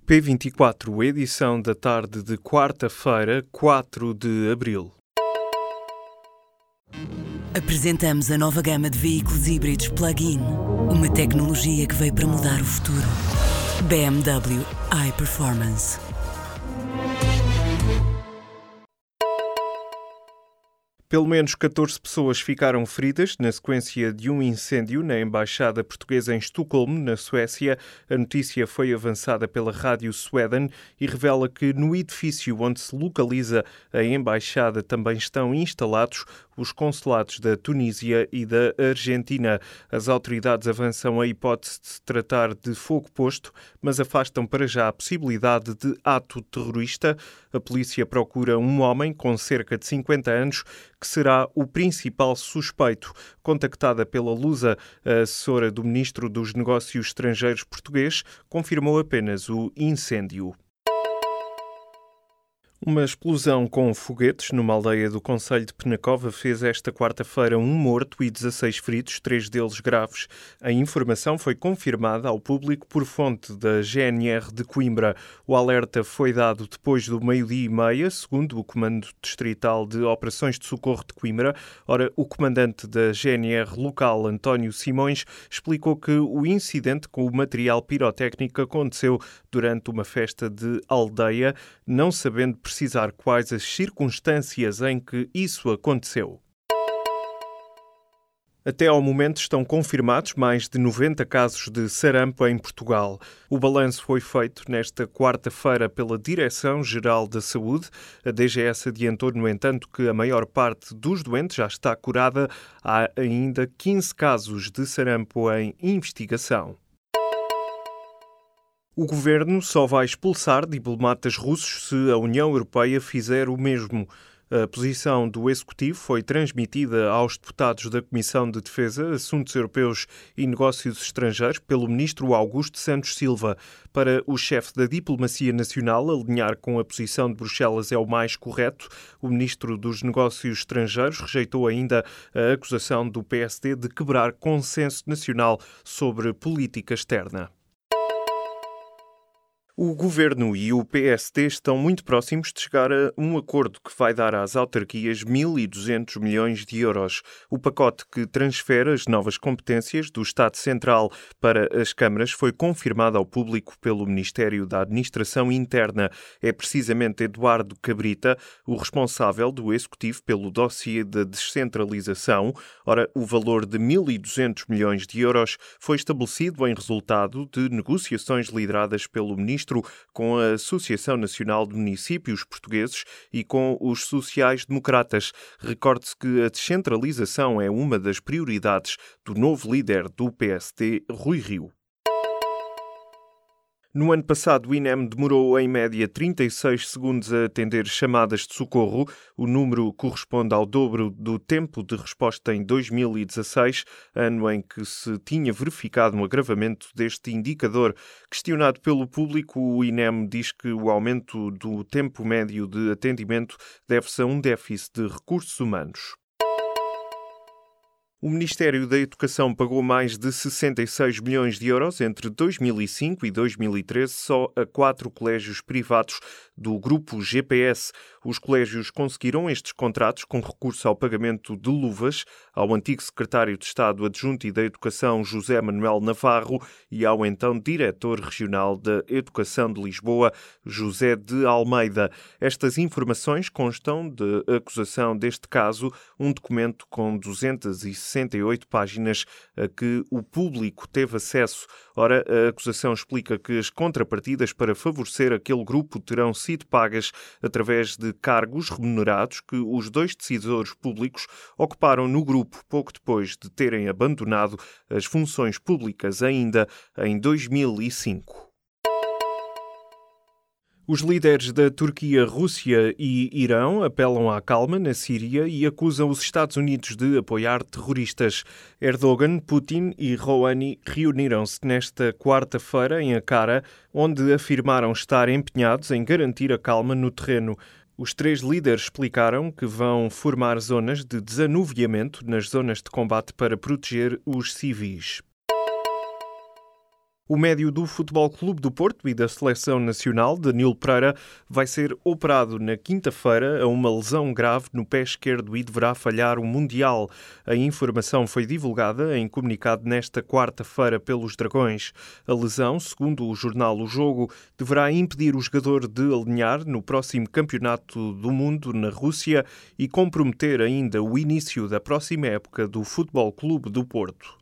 P24, edição da tarde de quarta-feira, 4 de abril. Apresentamos a nova gama de veículos híbridos plug-in. Uma tecnologia que veio para mudar o futuro. BMW iPerformance. Pelo menos 14 pessoas ficaram feridas na sequência de um incêndio na Embaixada Portuguesa em Estocolmo, na Suécia. A notícia foi avançada pela Rádio Sweden e revela que no edifício onde se localiza a Embaixada também estão instalados os consulados da Tunísia e da Argentina. As autoridades avançam a hipótese de se tratar de fogo posto, mas afastam para já a possibilidade de ato terrorista. A polícia procura um homem com cerca de 50 anos que será o principal suspeito. Contactada pela Lusa, a assessora do Ministro dos Negócios Estrangeiros português confirmou apenas o incêndio. Uma explosão com foguetes numa aldeia do concelho de Penacova fez esta quarta-feira um morto e 16 feridos, 3 deles graves. A informação foi confirmada ao público por fonte da GNR de Coimbra. O alerta foi dado depois do 12h30, segundo o Comando Distrital de Operações de Socorro de Coimbra. Ora, o comandante da GNR local, António Simões, explicou que o incidente com o material pirotécnico aconteceu durante uma festa de aldeia, não sabendo precisar quais as circunstâncias em que isso aconteceu. Até ao momento estão confirmados mais de 90 casos de sarampo em Portugal. O balanço foi feito nesta quarta-feira pela Direção-Geral da Saúde. A DGS adiantou, no entanto, que a maior parte dos doentes já está curada. Há ainda 15 casos de sarampo em investigação. O governo só vai expulsar diplomatas russos se a União Europeia fizer o mesmo. A posição do Executivo foi transmitida aos deputados da Comissão de Defesa, Assuntos Europeus e Negócios Estrangeiros pelo ministro Augusto Santos Silva. Para o chefe da Diplomacia Nacional, alinhar com a posição de Bruxelas é o mais correto. O ministro dos Negócios Estrangeiros rejeitou ainda a acusação do PSD de quebrar consenso nacional sobre política externa. O Governo e o PSD estão muito próximos de chegar a um acordo que vai dar às autarquias 1.200 milhões de euros. O pacote que transfere as novas competências do Estado Central para as câmaras foi confirmado ao público pelo Ministério da Administração Interna. É precisamente Eduardo Cabrita, o responsável do Executivo pelo dossiê da descentralização. Ora, o valor de 1.200 milhões de euros foi estabelecido em resultado de negociações lideradas pelo Ministro com a Associação Nacional de Municípios Portugueses e com os sociais-democratas. Recorde-se que a descentralização é uma das prioridades do novo líder do PSD, Rui Rio. No ano passado, o INEM demorou em média 36 segundos a atender chamadas de socorro. O número corresponde ao dobro do tempo de resposta em 2016, ano em que se tinha verificado um agravamento deste indicador. Questionado pelo público, o INEM diz que o aumento do tempo médio de atendimento deve-se a um déficit de recursos humanos. O Ministério da Educação pagou mais de 66 milhões de euros entre 2005 e 2013 só a 4 colégios privados do grupo GPS. Os colégios conseguiram estes contratos com recurso ao pagamento de luvas ao antigo secretário de Estado adjunto e da Educação, José Manuel Navarro, e ao então diretor regional da Educação de Lisboa, José de Almeida. Estas informações constam de acusação deste caso, um documento com 268 páginas a que o público teve acesso. Ora, a acusação explica que as contrapartidas para favorecer aquele grupo terão sido pagas através de cargos remunerados que os 2 decisores públicos ocuparam no grupo pouco depois de terem abandonado as funções públicas ainda em 2005. Os líderes da Turquia, Rússia e Irão apelam à calma na Síria e acusam os Estados Unidos de apoiar terroristas. Erdogan, Putin e Rouhani reuniram-se nesta quarta-feira em Ankara, onde afirmaram estar empenhados em garantir a calma no terreno. Os 3 líderes explicaram que vão formar zonas de desanuviamento nas zonas de combate para proteger os civis. O médio do Futebol Clube do Porto e da Seleção Nacional, Danilo Pereira, vai ser operado na quinta-feira a uma lesão grave no pé esquerdo e deverá falhar o Mundial. A informação foi divulgada em comunicado nesta quarta-feira pelos Dragões. A lesão, segundo o jornal O Jogo, deverá impedir o jogador de alinhar no próximo Campeonato do Mundo na Rússia e comprometer ainda o início da próxima época do Futebol Clube do Porto.